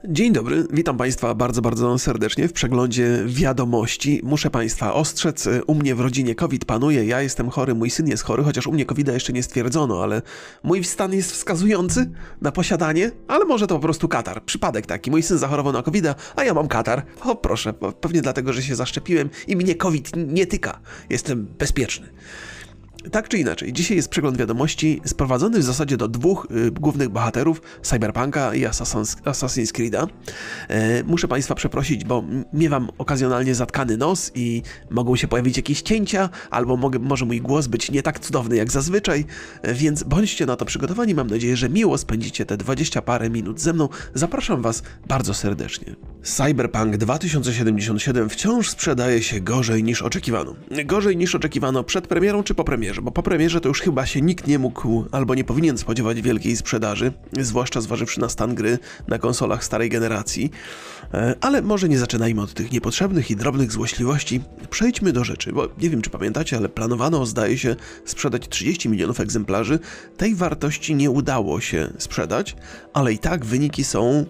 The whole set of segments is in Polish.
Dzień dobry, witam Państwa bardzo serdecznie w przeglądzie wiadomości. Muszę Państwa ostrzec, u mnie w rodzinie COVID panuje, ja jestem chory, mój syn jest chory, chociaż u mnie COVID-a jeszcze nie stwierdzono, ale mój stan jest wskazujący na posiadanie, ale może to po prostu katar, przypadek taki, mój syn zachorował na COVID-a, a ja mam katar. O proszę, pewnie dlatego, że się zaszczepiłem i mnie COVID nie tyka, jestem bezpieczny. Tak czy inaczej, dzisiaj jest przegląd wiadomości sprowadzony w zasadzie do dwóch głównych bohaterów, Cyberpunka i Assassin's Creed'a. Muszę Państwa przeprosić, bo miewam okazjonalnie zatkany nos i mogą się pojawić jakieś cięcia, albo może mój głos być nie tak cudowny jak zazwyczaj, więc bądźcie na to przygotowani. Mam nadzieję, że miło spędzicie te 20 parę minut ze mną. Zapraszam Was bardzo serdecznie. Cyberpunk 2077 wciąż sprzedaje się gorzej niż oczekiwano. Gorzej niż oczekiwano przed premierą czy po premierze, bo po premierze to już chyba się nikt nie mógł albo nie powinien spodziewać wielkiej sprzedaży, zwłaszcza zważywszy na stan gry na konsolach starej generacji. Ale może nie zaczynajmy od tych niepotrzebnych i drobnych złośliwości. Przejdźmy do rzeczy, bo nie wiem czy pamiętacie, ale planowano, zdaje się, sprzedać 30 milionów egzemplarzy. Tej wartości nie udało się sprzedać, ale i tak wyniki są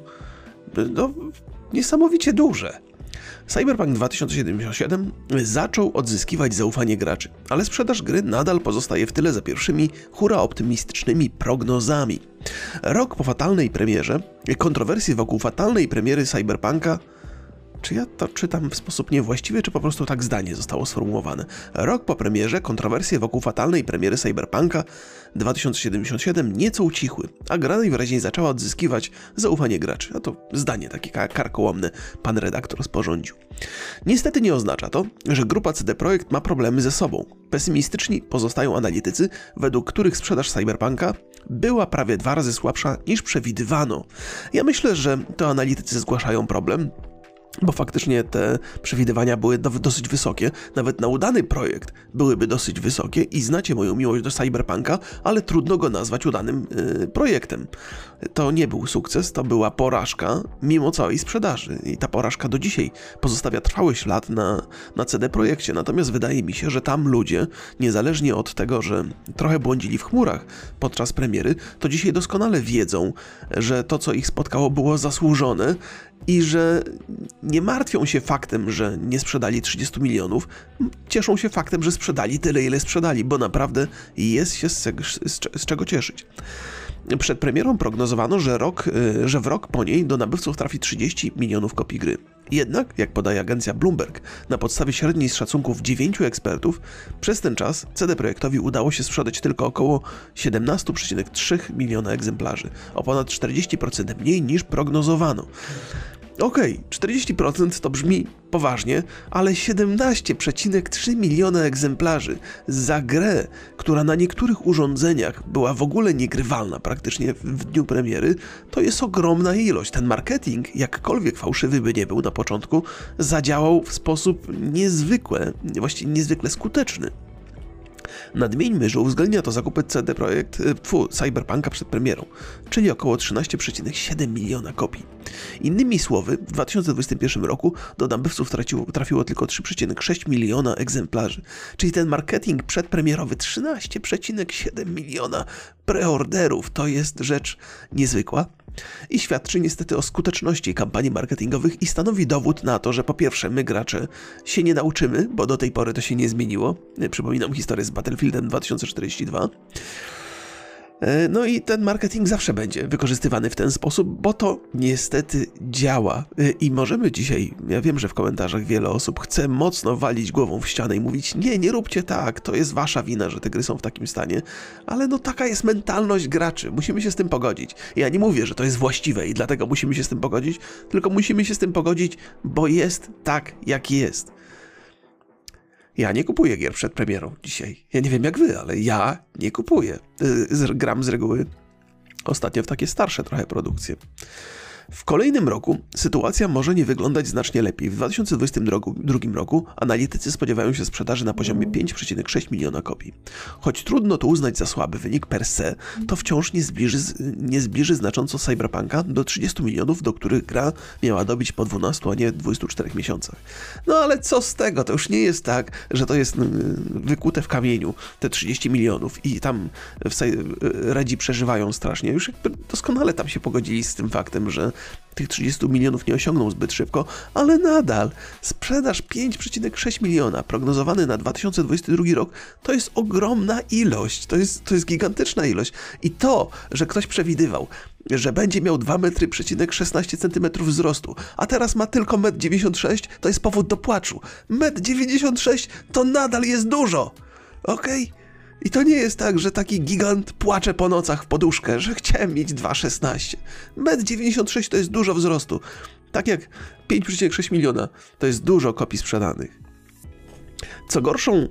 niesamowicie duże. Cyberpunk 2077 zaczął odzyskiwać zaufanie graczy, ale sprzedaż gry nadal pozostaje w tyle za pierwszymi hura optymistycznymi prognozami. Rok po fatalnej premierze, kontrowersje wokół fatalnej premiery Cyberpunka. Czy ja to czytam w sposób niewłaściwy, czy po prostu tak zdanie zostało sformułowane? Rok po premierze, kontrowersje wokół fatalnej premiery Cyberpunka 2077 nieco ucichły, a gra najwyraźniej zaczęła odzyskiwać zaufanie graczy. A to zdanie takie karkołomne pan redaktor sporządził. Niestety nie oznacza to, że grupa CD Projekt ma problemy ze sobą. Pesymistyczni pozostają analitycy, według których sprzedaż Cyberpunka była prawie 2 razy słabsza niż przewidywano. Ja myślę, że to analitycy zgłaszają problem, bo faktycznie te przewidywania były dosyć wysokie, nawet na udany projekt byłyby dosyć wysokie i znacie moją miłość do Cyberpunka, ale trudno go nazwać udanym projektem. To nie był sukces, to była porażka mimo całej sprzedaży i ta porażka do dzisiaj pozostawia trwały ślad na CD Projekcie, natomiast wydaje mi się, że tam ludzie, niezależnie od tego, że trochę błądzili w chmurach podczas premiery, to dzisiaj doskonale wiedzą, że to, co ich spotkało, było zasłużone i że nie martwią się faktem, że nie sprzedali 30 milionów, cieszą się faktem, że sprzedali tyle, ile sprzedali, bo naprawdę jest się z czego cieszyć. Przed premierą prognozowano, że w rok po niej do nabywców trafi 30 milionów kopii gry. Jednak, jak podaje agencja Bloomberg, na podstawie średniej z szacunków 9 ekspertów, przez ten czas CD Projektowi udało się sprzedać tylko około 17,3 miliona egzemplarzy, o ponad 40% mniej niż prognozowano. Okej, 40% to brzmi poważnie, ale 17,3 miliona egzemplarzy za grę, która na niektórych urządzeniach była w ogóle niegrywalna praktycznie w dniu premiery, to jest ogromna ilość. Ten marketing, jakkolwiek fałszywy by nie był na początku, zadziałał w sposób niezwykle skuteczny. Nadmieńmy, że uwzględnia to zakupy CD Projekt Cyberpunka przed premierą, czyli około 13,7 miliona kopii. Innymi słowy, w 2021 roku do nabywców trafiło tylko 3,6 miliona egzemplarzy, czyli ten marketing przedpremierowy 13,7 miliona preorderów to jest rzecz niezwykła. I świadczy niestety o skuteczności kampanii marketingowych i stanowi dowód na to, że po pierwsze my gracze się nie nauczymy, bo do tej pory to się nie zmieniło. Przypominam historię z Battlefieldem 2042. No i ten marketing zawsze będzie wykorzystywany w ten sposób, bo to niestety działa. I możemy dzisiaj, ja wiem, że w komentarzach wiele osób chce mocno walić głową w ścianę i mówić nie róbcie tak, to jest wasza wina, że te gry są w takim stanie, ale no taka jest mentalność graczy, musimy się z tym pogodzić. Ja nie mówię, że to jest właściwe i dlatego musimy się z tym pogodzić, tylko musimy się z tym pogodzić, bo jest tak, jak jest. Ja nie kupuję gier przed premierą dzisiaj. Ja nie wiem jak wy, ale ja nie kupuję. Gram z reguły ostatnio w takie starsze trochę produkcje. W kolejnym roku sytuacja może nie wyglądać znacznie lepiej. W 2022 roku analitycy spodziewają się sprzedaży na poziomie 5,6 miliona kopii. Choć trudno to uznać za słaby wynik per se, to wciąż nie zbliży znacząco Cyberpunka do 30 milionów, do których gra miała dobić po 12, a nie 24 miesiącach. No ale co z tego? To już nie jest tak, że to jest wykute w kamieniu, te 30 milionów i tam Redzi przeżywają strasznie. Już jakby doskonale tam się pogodzili z tym faktem, że tych 30 milionów nie osiągną zbyt szybko, ale nadal sprzedaż 5,6 miliona prognozowany na 2022 rok to jest ogromna ilość, to jest gigantyczna ilość. I to, że ktoś przewidywał, że będzie miał 2,16 m wzrostu, a teraz ma tylko 1,96 m, to jest powód do płaczu. 1,96 m to nadal jest dużo, okej? I to nie jest tak, że taki gigant płacze po nocach w poduszkę, że chciałem mieć 2,16. 1,96 m to jest dużo wzrostu. Tak jak 5,6 miliona to jest dużo kopii sprzedanych. Co gorsza,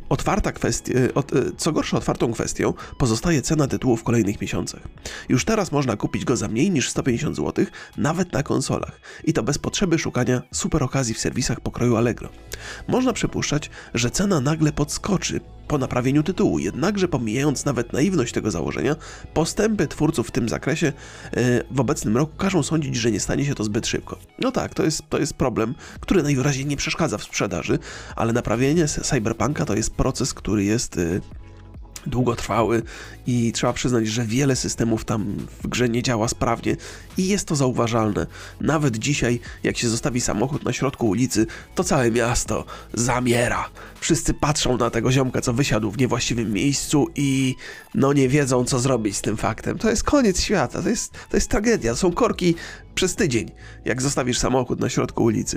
otwartą kwestią pozostaje cena tytułu w kolejnych miesiącach. Już teraz można kupić go za mniej niż 150 zł, nawet na konsolach. I to bez potrzeby szukania super okazji w serwisach pokroju Allegro. Można przypuszczać, że cena nagle podskoczy po naprawieniu tytułu, jednakże pomijając nawet naiwność tego założenia, postępy twórców w tym zakresie w obecnym roku każą sądzić, że nie stanie się to zbyt szybko. No tak, to jest problem, który najwyraźniej nie przeszkadza w sprzedaży, ale naprawienie Cyberpunka to jest proces, który jest długotrwały i trzeba przyznać, że wiele systemów tam w grze nie działa sprawnie i jest to zauważalne. Nawet dzisiaj, jak się zostawi samochód na środku ulicy, to całe miasto zamiera. Wszyscy patrzą na tego ziomka, co wysiadł w niewłaściwym miejscu i no nie wiedzą, co zrobić z tym faktem. To jest koniec świata, to jest tragedia. Są korki przez tydzień, jak zostawisz samochód na środku ulicy.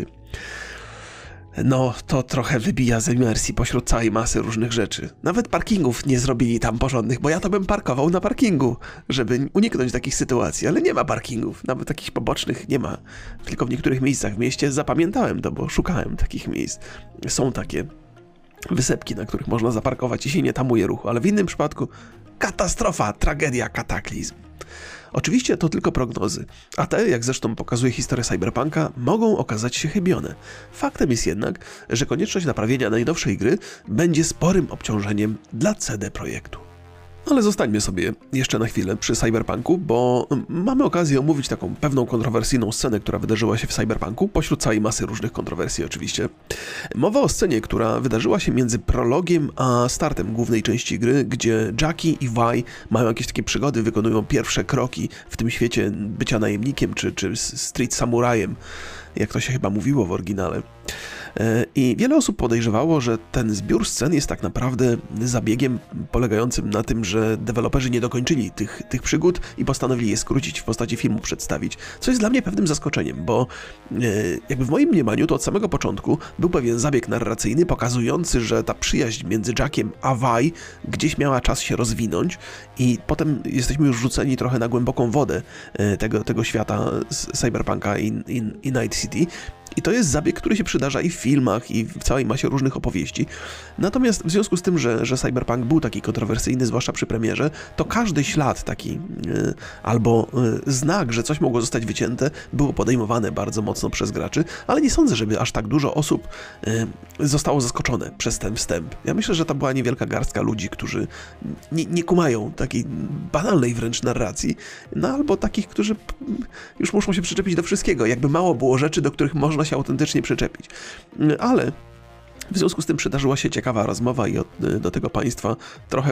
No, to trochę wybija z imersji pośród całej masy różnych rzeczy. Nawet parkingów nie zrobili tam porządnych, bo ja to bym parkował na parkingu, żeby uniknąć takich sytuacji, ale nie ma parkingów, nawet takich pobocznych nie ma. Tylko w niektórych miejscach w mieście zapamiętałem to, bo szukałem takich miejsc. Są takie wysepki, na których można zaparkować i się nie tamuje ruchu, ale w innym przypadku katastrofa, tragedia, kataklizm. Oczywiście to tylko prognozy, a te, jak zresztą pokazuje historia Cyberpunka, mogą okazać się chybione. Faktem jest jednak, że konieczność naprawienia najnowszej gry będzie sporym obciążeniem dla CD Projektu. Ale zostańmy sobie jeszcze na chwilę przy Cyberpunku, bo mamy okazję omówić taką pewną kontrowersyjną scenę, która wydarzyła się w Cyberpunku, pośród całej masy różnych kontrowersji oczywiście. Mowa o scenie, która wydarzyła się między prologiem a startem głównej części gry, gdzie Jackie i Vi mają jakieś takie przygody, wykonują pierwsze kroki w tym świecie bycia najemnikiem czy street samurajem, jak to się chyba mówiło w oryginale. I wiele osób podejrzewało, że ten zbiór scen jest tak naprawdę zabiegiem polegającym na tym, że deweloperzy nie dokończyli tych przygód i postanowili je skrócić w postaci filmu przedstawić, co jest dla mnie pewnym zaskoczeniem, bo jakby w moim mniemaniu to od samego początku był pewien zabieg narracyjny pokazujący, że ta przyjaźń między Jackiem a Vi gdzieś miała czas się rozwinąć i potem jesteśmy już rzuceni trochę na głęboką wodę tego świata Cyberpunka i Night City. I to jest zabieg, który się przydarza i w filmach, i w całej masie różnych opowieści. Natomiast w związku z tym, że Cyberpunk był taki kontrowersyjny, zwłaszcza przy premierze, to każdy ślad taki albo znak, że coś mogło zostać wycięte, było podejmowane bardzo mocno przez graczy, ale nie sądzę, żeby aż tak dużo osób zostało zaskoczone przez ten wstęp. Ja myślę, że to była niewielka garstka ludzi, którzy nie kumają takiej banalnej wręcz narracji, no albo takich, którzy już muszą się przyczepić do wszystkiego. Jakby mało było rzeczy, do których można się autentycznie przyczepić. Ale w związku z tym przydarzyła się ciekawa rozmowa i do tego Państwa trochę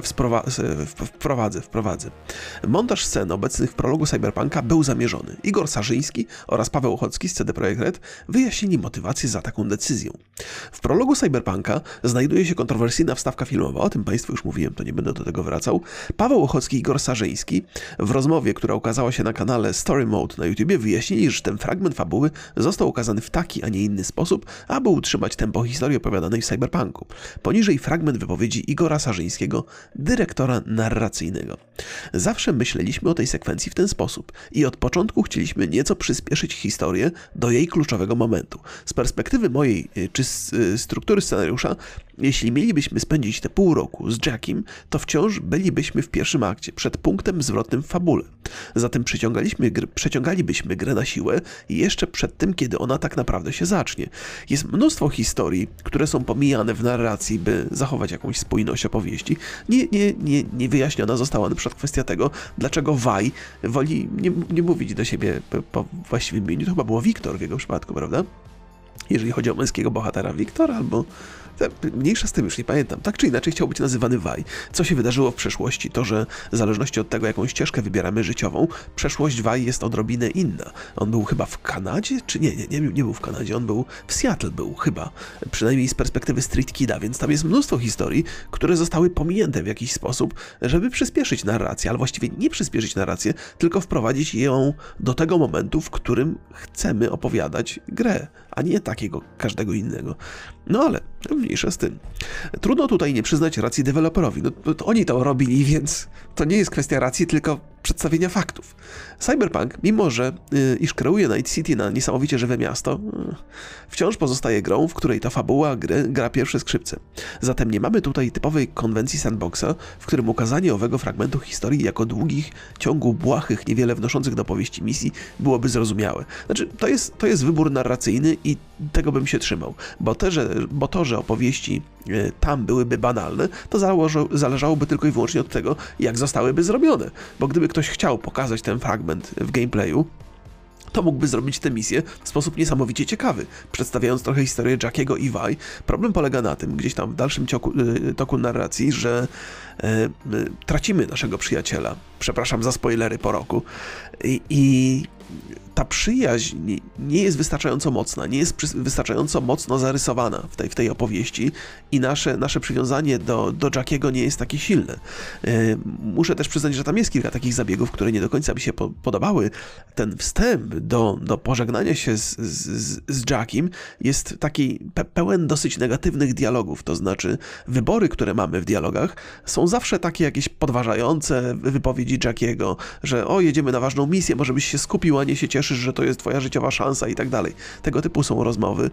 wprowadzę. Montaż scen obecnych w prologu Cyberpunka był zamierzony. Igor Sarzyński oraz Paweł Ochocki z CD Projekt Red wyjaśnili motywację za taką decyzją. W prologu Cyberpunka znajduje się kontrowersyjna wstawka filmowa, o tym Państwu już mówiłem, to nie będę do tego wracał. Paweł Ochocki i Igor Sarzyński w rozmowie, która ukazała się na kanale Story Mode na YouTubie, wyjaśnili, że ten fragment fabuły został ukazany w taki, a nie inny sposób, aby utrzymać tempo historii opowiadanej w Cyberpunku. Poniżej fragment wypowiedzi Igora Sarzyńskiego, dyrektora narracyjnego. Zawsze myśleliśmy o tej sekwencji w ten sposób i od początku chcieliśmy nieco przyspieszyć historię do jej kluczowego momentu. Z perspektywy mojej czy struktury scenariusza, jeśli mielibyśmy spędzić te pół roku z Jackiem, to wciąż bylibyśmy w pierwszym akcie, przed punktem zwrotnym w fabule. Zatem przeciągalibyśmy grę na siłę jeszcze przed tym, kiedy ona tak naprawdę się zacznie. Jest mnóstwo historii, które są pomijane w narracji, by zachować jakąś spójność opowieści. Nie wyjaśniona została na przykład kwestia tego, dlaczego Vi woli nie mówić do siebie po właściwym imieniu. To chyba było Wiktor w jego przypadku, prawda? Jeżeli chodzi o męskiego bohatera, Wiktor albo Mniejsza z tym, już nie pamiętam. Tak czy inaczej chciał być nazywany Vi. Co się wydarzyło w przeszłości? To, że w zależności od tego, jaką ścieżkę wybieramy życiową, przeszłość Vi jest odrobinę inna. On był chyba w Kanadzie? Czy nie był w Kanadzie. On był w Seattle chyba. Przynajmniej z perspektywy Street Kida, więc tam jest mnóstwo historii, które zostały pominięte w jakiś sposób, żeby przyspieszyć narrację, ale właściwie nie przyspieszyć narrację, tylko wprowadzić ją do tego momentu, w którym chcemy opowiadać grę, a nie takiego każdego innego. No ale mniejsza z tym. Trudno tutaj nie przyznać racji deweloperowi. No, to oni to robili, więc to nie jest kwestia racji, tylko przedstawienia faktów. Cyberpunk, mimo że iż kreuje Night City na niesamowicie żywe miasto, wciąż pozostaje grą, w której ta fabuła gra pierwsze skrzypce. Zatem nie mamy tutaj typowej konwencji sandboxa, w którym ukazanie owego fragmentu historii jako długich ciągu błahych, niewiele wnoszących do powieści misji byłoby zrozumiałe. Znaczy, to jest wybór narracyjny i tego bym się trzymał, bo to, że opowieści tam byłyby banalne, to zależałoby tylko i wyłącznie od tego, jak zostałyby zrobione. Bo gdyby ktoś chciał pokazać ten fragment w gameplayu, to mógłby zrobić tę misję w sposób niesamowicie ciekawy, przedstawiając trochę historię Jackiego i Vi. Problem polega na tym, gdzieś tam w dalszym toku narracji, że tracimy naszego przyjaciela. Przepraszam za spoilery po roku. I ta przyjaźń nie jest wystarczająco mocna, nie jest wystarczająco mocno zarysowana w tej opowieści i nasze przywiązanie do Jackiego nie jest takie silne. Muszę też przyznać, że tam jest kilka takich zabiegów, które nie do końca mi się podobały. Ten wstęp do pożegnania się z Jackiem jest taki pełen dosyć negatywnych dialogów, to znaczy wybory, które mamy w dialogach są zawsze takie jakieś podważające wypowiedzi Jackiego, że jedziemy na ważną misję, może byś się skupił, a nie się cieszysz, że to jest twoja życiowa szansa i tak dalej. Tego typu są rozmowy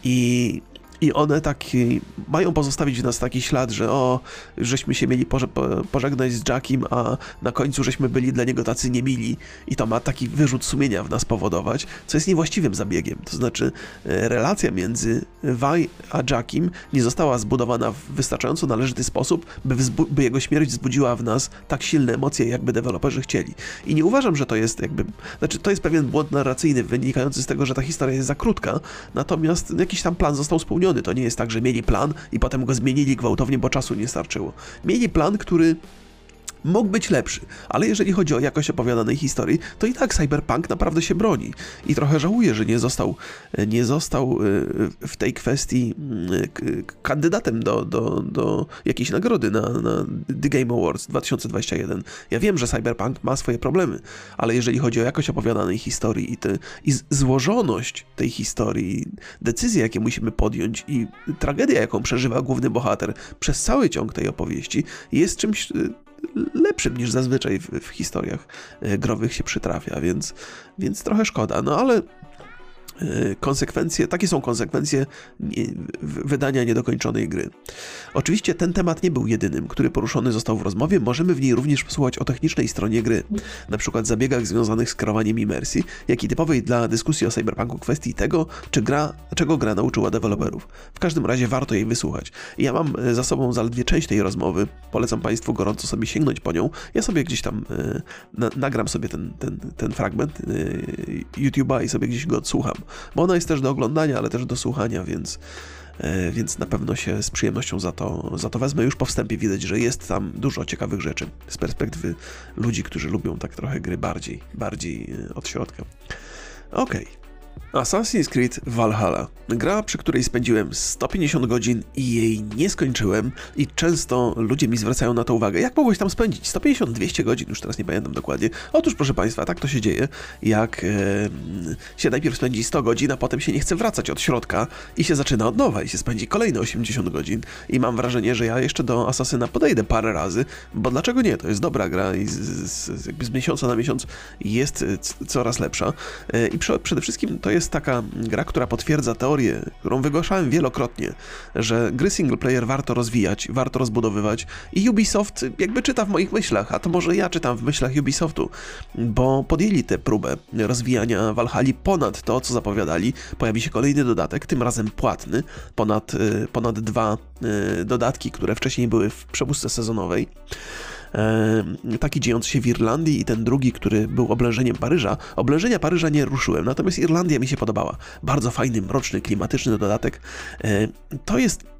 i one mają pozostawić w nas taki ślad, że żeśmy się mieli pożegnać z Jackiem, a na końcu żeśmy byli dla niego tacy niemili i to ma taki wyrzut sumienia w nas powodować, co jest niewłaściwym zabiegiem. To znaczy relacja między Vi a Jackiem nie została zbudowana w wystarczająco należyty sposób, by jego śmierć wzbudziła w nas tak silne emocje, jakby deweloperzy chcieli. I nie uważam, że to jest to jest pewien błąd narracyjny wynikający z tego, że ta historia jest za krótka, natomiast jakiś tam plan został spełniony. To nie jest tak, że mieli plan i potem go zmienili gwałtownie, bo czasu nie starczyło. Mieli plan, który mógł być lepszy, ale jeżeli chodzi o jakość opowiadanej historii, to i tak Cyberpunk naprawdę się broni. I trochę żałuję, że nie został w tej kwestii kandydatem do jakiejś nagrody na The Game Awards 2021. Ja wiem, że Cyberpunk ma swoje problemy, ale jeżeli chodzi o jakość opowiadanej historii i złożoność tej historii, decyzje, jakie musimy podjąć i tragedia, jaką przeżywa główny bohater przez cały ciąg tej opowieści, jest czymś lepszym niż zazwyczaj w historiach growych się przytrafia, więc trochę szkoda, no ale takie są konsekwencje wydania niedokończonej gry. Oczywiście ten temat nie był jedynym, który poruszony został w rozmowie, możemy w niej również posłuchać o technicznej stronie gry, na przykład zabiegach związanych z kreowaniem imersji, jak i typowej dla dyskusji o Cyberpunku kwestii tego, czego gra nauczyła deweloperów. W każdym razie warto jej wysłuchać. Ja mam za sobą zaledwie część tej rozmowy, polecam Państwu gorąco sobie sięgnąć po nią. Ja sobie gdzieś tam nagram sobie ten fragment YouTube'a i sobie gdzieś go odsłucham, bo ona jest też do oglądania, ale też do słuchania, więc na pewno się z przyjemnością za to wezmę. Już po wstępie widać, że jest tam dużo ciekawych rzeczy z perspektywy ludzi, którzy lubią tak trochę gry bardziej od środka. Okej. Assassin's Creed Valhalla. Gra, przy której spędziłem 150 godzin i jej nie skończyłem i często ludzie mi zwracają na to uwagę. Jak mogłeś tam spędzić 150-200 godzin? Już teraz nie pamiętam dokładnie. Otóż, proszę Państwa, tak to się dzieje, jak się najpierw spędzi 100 godzin, a potem się nie chce wracać od środka i się zaczyna od nowa i się spędzi kolejne 80 godzin i mam wrażenie, że ja jeszcze do Asasyna podejdę parę razy, bo dlaczego nie? To jest dobra gra i jakby z miesiąca na miesiąc jest coraz lepsza i przede wszystkim to jest taka gra, która potwierdza teorię, którą wygłaszałem wielokrotnie, że gry single player warto rozwijać, warto rozbudowywać i Ubisoft jakby czyta w moich myślach, a to może ja czytam w myślach Ubisoftu, bo podjęli tę próbę rozwijania Valhalli ponad to, co zapowiadali. Pojawi się kolejny dodatek, tym razem płatny, ponad 2 dodatki, które wcześniej były w przepustce sezonowej. Taki dziejący się w Irlandii i ten drugi, który był oblężeniem Paryża. Oblężenia Paryża nie ruszyłem, natomiast Irlandia mi się podobała. Bardzo fajny, mroczny, klimatyczny dodatek. To jest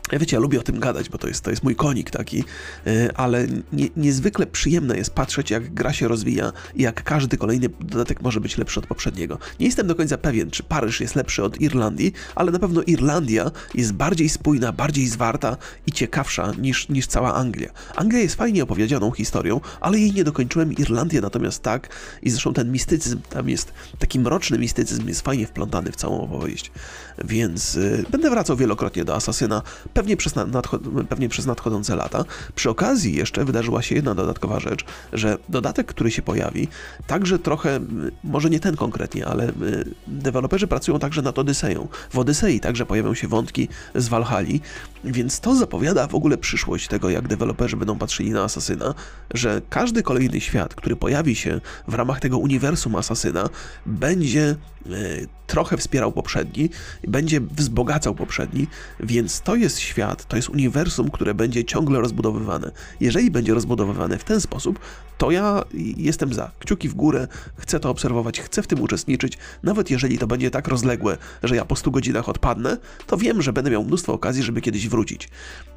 Ja wiecie, ja lubię o tym gadać, bo to jest mój konik taki, ale niezwykle przyjemne jest patrzeć, jak gra się rozwija i jak każdy kolejny dodatek może być lepszy od poprzedniego. Nie jestem do końca pewien, czy Paryż jest lepszy od Irlandii, ale na pewno Irlandia jest bardziej spójna, bardziej zwarta i ciekawsza niż cała Anglia. Anglia jest fajnie opowiedzianą historią, ale jej nie dokończyłem, Irlandia natomiast tak, i zresztą ten mistycyzm, tam jest taki mroczny mistycyzm, jest fajnie wplątany w całą opowieść, więc będę wracał wielokrotnie do Asasyna, pewnie przez nadchodzące lata. Przy okazji jeszcze wydarzyła się jedna dodatkowa rzecz, że dodatek, który się pojawi, także trochę, może nie ten konkretnie, ale deweloperzy pracują także nad Odyseją. W Odysei także pojawią się wątki z Walhalli, więc to zapowiada w ogóle przyszłość tego, jak deweloperzy będą patrzyli na Asasyna, że każdy kolejny świat, który pojawi się w ramach tego uniwersum Asasyna, będzie trochę wspierał poprzedni, będzie wzbogacał poprzedni, więc to jest świat, to jest uniwersum, które będzie ciągle rozbudowywane. Jeżeli będzie rozbudowywane w ten sposób, to ja jestem za. Kciuki w górę, chcę to obserwować, chcę w tym uczestniczyć, nawet jeżeli to będzie tak rozległe, że ja po 100 godzinach odpadnę, to wiem, że będę miał mnóstwo okazji, żeby kiedyś wrócić.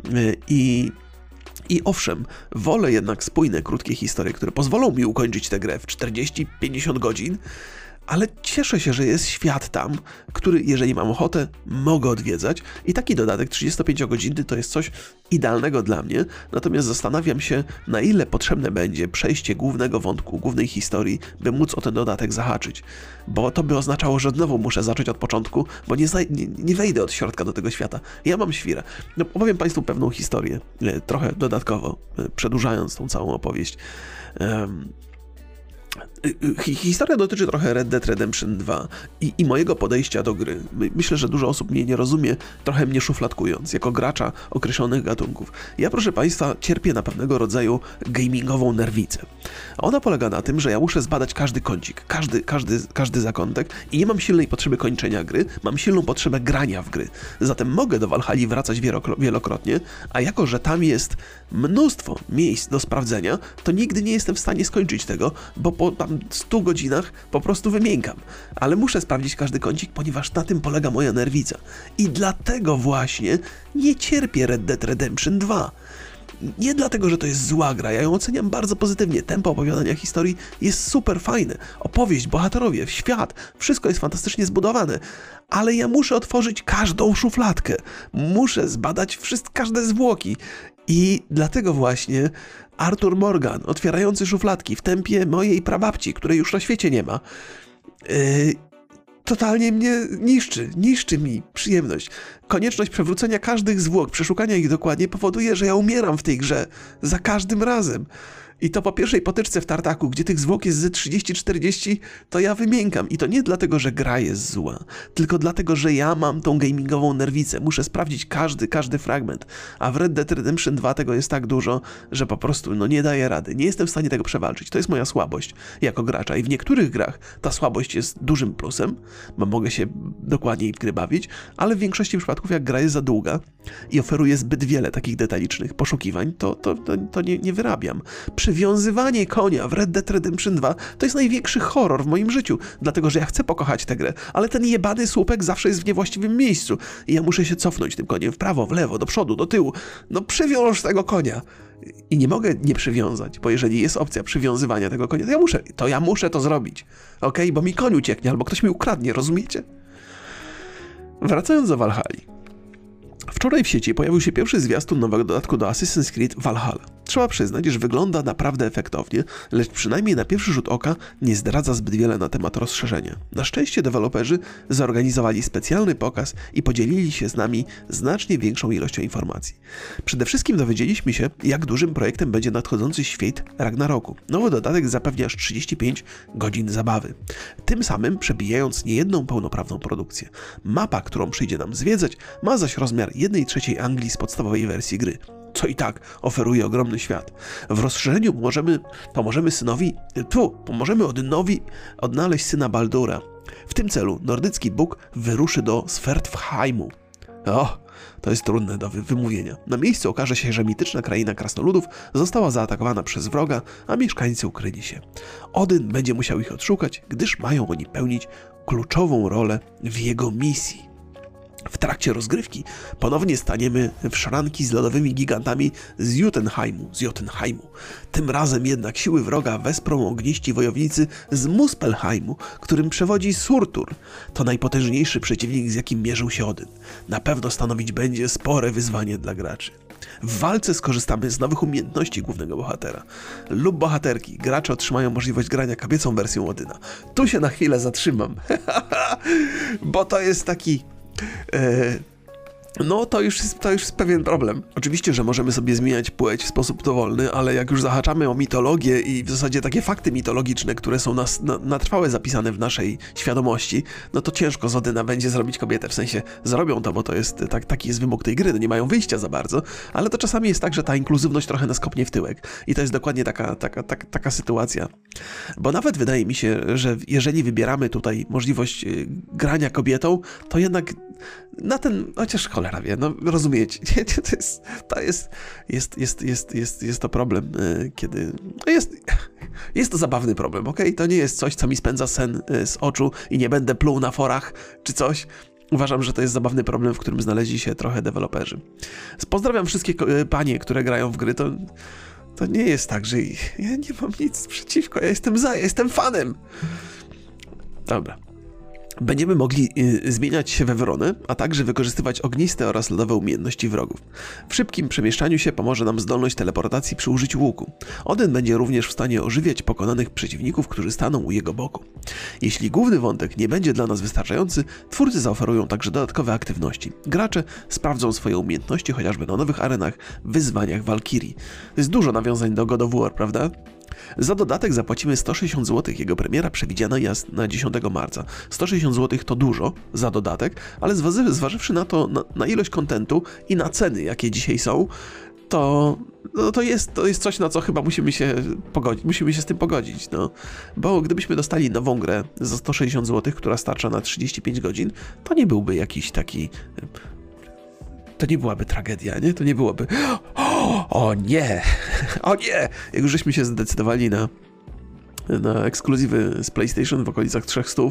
I owszem, wolę jednak spójne, krótkie historie, które pozwolą mi ukończyć tę grę w 40-50 godzin, ale cieszę się, że jest świat tam, który, jeżeli mam ochotę, mogę odwiedzać i taki dodatek 35-godzinny to jest coś idealnego dla mnie, natomiast zastanawiam się, na ile potrzebne będzie przejście głównego wątku, głównej historii, by móc o ten dodatek zahaczyć, bo to by oznaczało, że znowu muszę zacząć od początku, bo nie wejdę od środka do tego świata. Ja mam świrę. No, opowiem Państwu pewną historię, trochę dodatkowo, przedłużając tą całą opowieść. Historia dotyczy trochę Red Dead Redemption 2 i mojego podejścia do gry. Myślę, że dużo osób mnie nie rozumie, trochę mnie szufladkując, jako gracza określonych gatunków. Ja, proszę Państwa, cierpię na pewnego rodzaju gamingową nerwicę. Ona polega na tym, że ja muszę zbadać każdy kącik, każdy zakątek i nie mam silnej potrzeby kończenia gry, mam silną potrzebę grania w gry. Zatem mogę do Walhalli wracać wielokrotnie, a jako, że tam jest mnóstwo miejsc do sprawdzenia, to nigdy nie jestem w stanie skończyć tego, bo po tam 100 godzinach po prostu wymiękam. Ale muszę sprawdzić każdy kącik, ponieważ na tym polega moja nerwica. I dlatego właśnie nie cierpię Red Dead Redemption 2. Nie dlatego, że to jest zła gra, ja ją oceniam bardzo pozytywnie. Tempo opowiadania historii jest super fajne. Opowieść, bohaterowie, świat, wszystko jest fantastycznie zbudowane. Ale ja muszę otworzyć każdą szufladkę. Muszę zbadać każde zwłoki. I dlatego właśnie Arthur Morgan, otwierający szufladki w tempie mojej prababci, której już na świecie nie ma, totalnie mnie niszczy mi przyjemność. Konieczność przewrócenia każdych zwłok, przeszukania ich dokładnie powoduje, że ja umieram w tej grze za każdym razem. I to po pierwszej potyczce w tartaku, gdzie tych zwłok jest ze 30-40, to ja wymiękam. I to nie dlatego, że gra jest zła, tylko dlatego, że ja mam tą gamingową nerwicę. Muszę sprawdzić każdy fragment. A w Red Dead Redemption 2 tego jest tak dużo, że po prostu nie daję rady. Nie jestem w stanie tego przewalczyć. To jest moja słabość jako gracza. I w niektórych grach ta słabość jest dużym plusem, bo mogę się dokładniej w gry bawić, ale w większości przypadków, jak gra jest za długa i oferuje zbyt wiele takich detalicznych poszukiwań, to nie wyrabiam. Przywiązywanie konia w Red Dead Redemption 2 to jest największy horror w moim życiu, dlatego że ja chcę pokochać tę grę, ale ten jebany słupek zawsze jest w niewłaściwym miejscu i ja muszę się cofnąć tym koniem w prawo, w lewo, do przodu, do tyłu. No przywiąż tego konia. I nie mogę nie przywiązać, bo jeżeli jest opcja przywiązywania tego konia, to ja muszę to zrobić. Okej? Bo mi koń ucieknie, albo ktoś mi ukradnie, rozumiecie? Wracając do Walhalli. Wczoraj w sieci pojawił się pierwszy zwiastun nowego dodatku do Assassin's Creed Valhalla. Trzeba przyznać, że wygląda naprawdę efektownie, lecz przynajmniej na pierwszy rzut oka nie zdradza zbyt wiele na temat rozszerzenia. Na szczęście deweloperzy zorganizowali specjalny pokaz i podzielili się z nami znacznie większą ilością informacji. Przede wszystkim dowiedzieliśmy się, jak dużym projektem będzie nadchodzący świat Ragnaroku. Nowy dodatek zapewnia aż 35 godzin zabawy, tym samym przebijając niejedną pełnoprawną produkcję. Mapa, którą przyjdzie nam zwiedzać, ma zaś rozmiar 1/3 Anglii z podstawowej wersji gry. Co i tak oferuje ogromny świat. W rozszerzeniu pomożemy Odynowi odnaleźć syna Baldura. W tym celu nordycki Bóg wyruszy do Svartalfheimu. To jest trudne do wymówienia. Na miejscu okaże się, że mityczna kraina krasnoludów została zaatakowana przez wroga, a mieszkańcy ukryli się. Odyn będzie musiał ich odszukać, gdyż mają oni pełnić kluczową rolę w jego misji. W trakcie rozgrywki ponownie staniemy w szranki z lodowymi gigantami z Jotunheimu. Tym razem jednak siły wroga wesprą ogniści wojownicy z Muspelheimu, którym przewodzi Surtur. To najpotężniejszy przeciwnik, z jakim mierzył się Odyn. Na pewno stanowić będzie spore wyzwanie dla graczy. W walce skorzystamy z nowych umiejętności głównego bohatera lub bohaterki. Gracze otrzymają możliwość grania kobiecą wersją Odyna. Tu się na chwilę zatrzymam, bo to jest taki... No to już jest pewien problem. Oczywiście, że możemy sobie zmieniać płeć w sposób dowolny, ale jak już zahaczamy o mitologię i w zasadzie takie fakty mitologiczne, które są na trwałe zapisane w naszej świadomości, no to ciężko z Odyna będzie zrobić kobietę, w sensie zrobią to, bo to jest taki jest wymóg tej gry, no nie mają wyjścia za bardzo, ale to czasami jest tak, że ta inkluzywność trochę nas kopnie w tyłek i to jest dokładnie taka sytuacja. Bo nawet wydaje mi się, że jeżeli wybieramy tutaj możliwość grania kobietą, to jednak na ten, chociaż cholera wie, no rozumiecie, jest to problem, kiedy, jest to zabawny problem, okej? To nie jest coś, co mi spędza sen z oczu i nie będę pluł na forach czy coś. Uważam, że to jest zabawny problem, w którym znaleźli się trochę deweloperzy. Pozdrawiam wszystkie panie, które grają w gry, to nie jest tak, że ja nie mam nic przeciwko, ja jestem fanem. Dobra. Będziemy mogli zmieniać się we wronę, a także wykorzystywać ogniste oraz lodowe umiejętności wrogów. W szybkim przemieszczaniu się pomoże nam zdolność teleportacji przy użyciu łuku. Odyn będzie również w stanie ożywiać pokonanych przeciwników, którzy staną u jego boku. Jeśli główny wątek nie będzie dla nas wystarczający, twórcy zaoferują także dodatkowe aktywności. Gracze sprawdzą swoje umiejętności chociażby na nowych arenach, wyzwaniach Walkirii. To jest dużo nawiązań do God of War, prawda? Za dodatek zapłacimy 160 zł, jego premiera przewidziana jest na 10 marca. 160 zł to dużo za dodatek, ale zważywszy na to, na ilość kontentu i na ceny, jakie dzisiaj są, to jest coś, na co chyba musimy się z tym pogodzić, no. Bo gdybyśmy dostali nową grę za 160 zł, która starcza na 35 godzin, to nie byłby jakiś taki... To nie byłaby tragedia, nie? To nie byłoby... O nie! O nie! Jak już żeśmy się zdecydowali na ekskluzywy z PlayStation w okolicach 300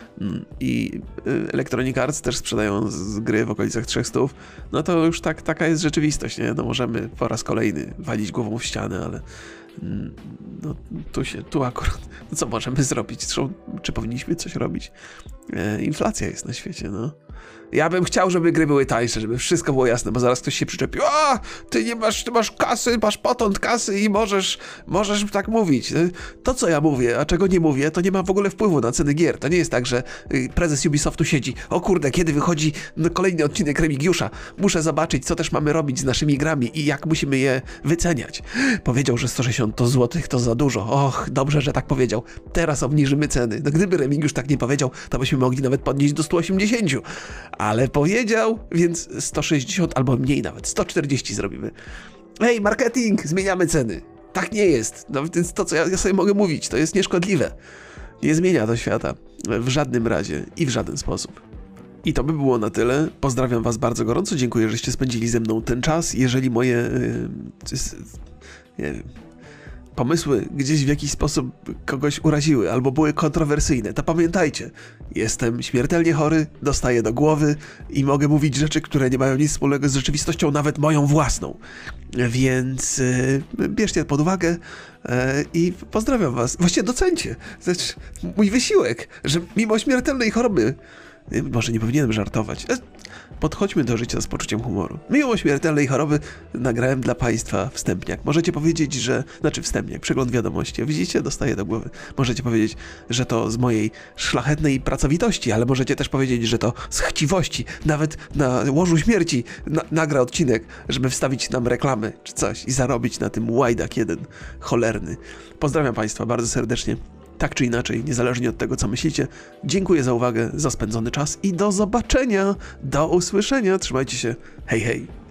i Electronic Arts też sprzedają z gry w okolicach 300, no to już taka jest rzeczywistość, nie? No możemy po raz kolejny walić głową w ścianę, ale no tu akurat, no co możemy zrobić? Czy powinniśmy coś robić? Inflacja jest na świecie, no. Ja bym chciał, żeby gry były tańsze, żeby wszystko było jasne, bo zaraz ktoś się przyczepił. Ty masz kasy, masz potąd kasy i możesz tak mówić. To, co ja mówię, a czego nie mówię, to nie ma w ogóle wpływu na ceny gier. To nie jest tak, że prezes Ubisoftu siedzi, o kurde, kiedy wychodzi kolejny odcinek Remigiusza, muszę zobaczyć, co też mamy robić z naszymi grami i jak musimy je wyceniać. Powiedział, że 160 złotych to za dużo. Och, dobrze, że tak powiedział. Teraz obniżymy ceny. No gdyby Remigiusz tak nie powiedział, to byśmy mogli nawet podnieść do 180. Ale powiedział, więc 160 albo mniej nawet, 140 zrobimy. Hej, marketing, zmieniamy ceny. Tak nie jest. No więc to, co ja sobie mogę mówić, to jest nieszkodliwe. Nie zmienia to świata. W żadnym razie i w żaden sposób. I to by było na tyle. Pozdrawiam was bardzo gorąco. Dziękuję, żeście spędzili ze mną ten czas. Jeżeli moje... nie wiem, pomysły gdzieś w jakiś sposób kogoś uraziły albo były kontrowersyjne, to pamiętajcie, jestem śmiertelnie chory, dostaję do głowy i mogę mówić rzeczy, które nie mają nic wspólnego z rzeczywistością, nawet moją własną. Więc bierzcie pod uwagę i pozdrawiam was. Właściwie docencie mój wysiłek, że mimo śmiertelnej choroby, może nie powinienem żartować, podchodźmy do życia z poczuciem humoru. Mimo śmiertelnej choroby nagrałem dla państwa wstępniak. Możecie powiedzieć, że... wstępniak, przegląd wiadomości. Widzicie? Dostaję do głowy. Możecie powiedzieć, że to z mojej szlachetnej pracowitości, ale możecie też powiedzieć, że to z chciwości. Nawet na łożu śmierci nagra odcinek, żeby wstawić nam reklamy czy coś i zarobić na tym łajdak jeden cholerny. Pozdrawiam państwa bardzo serdecznie. Tak czy inaczej, niezależnie od tego, co myślicie, dziękuję za uwagę, za spędzony czas i do zobaczenia, do usłyszenia. Trzymajcie się. Hej, hej.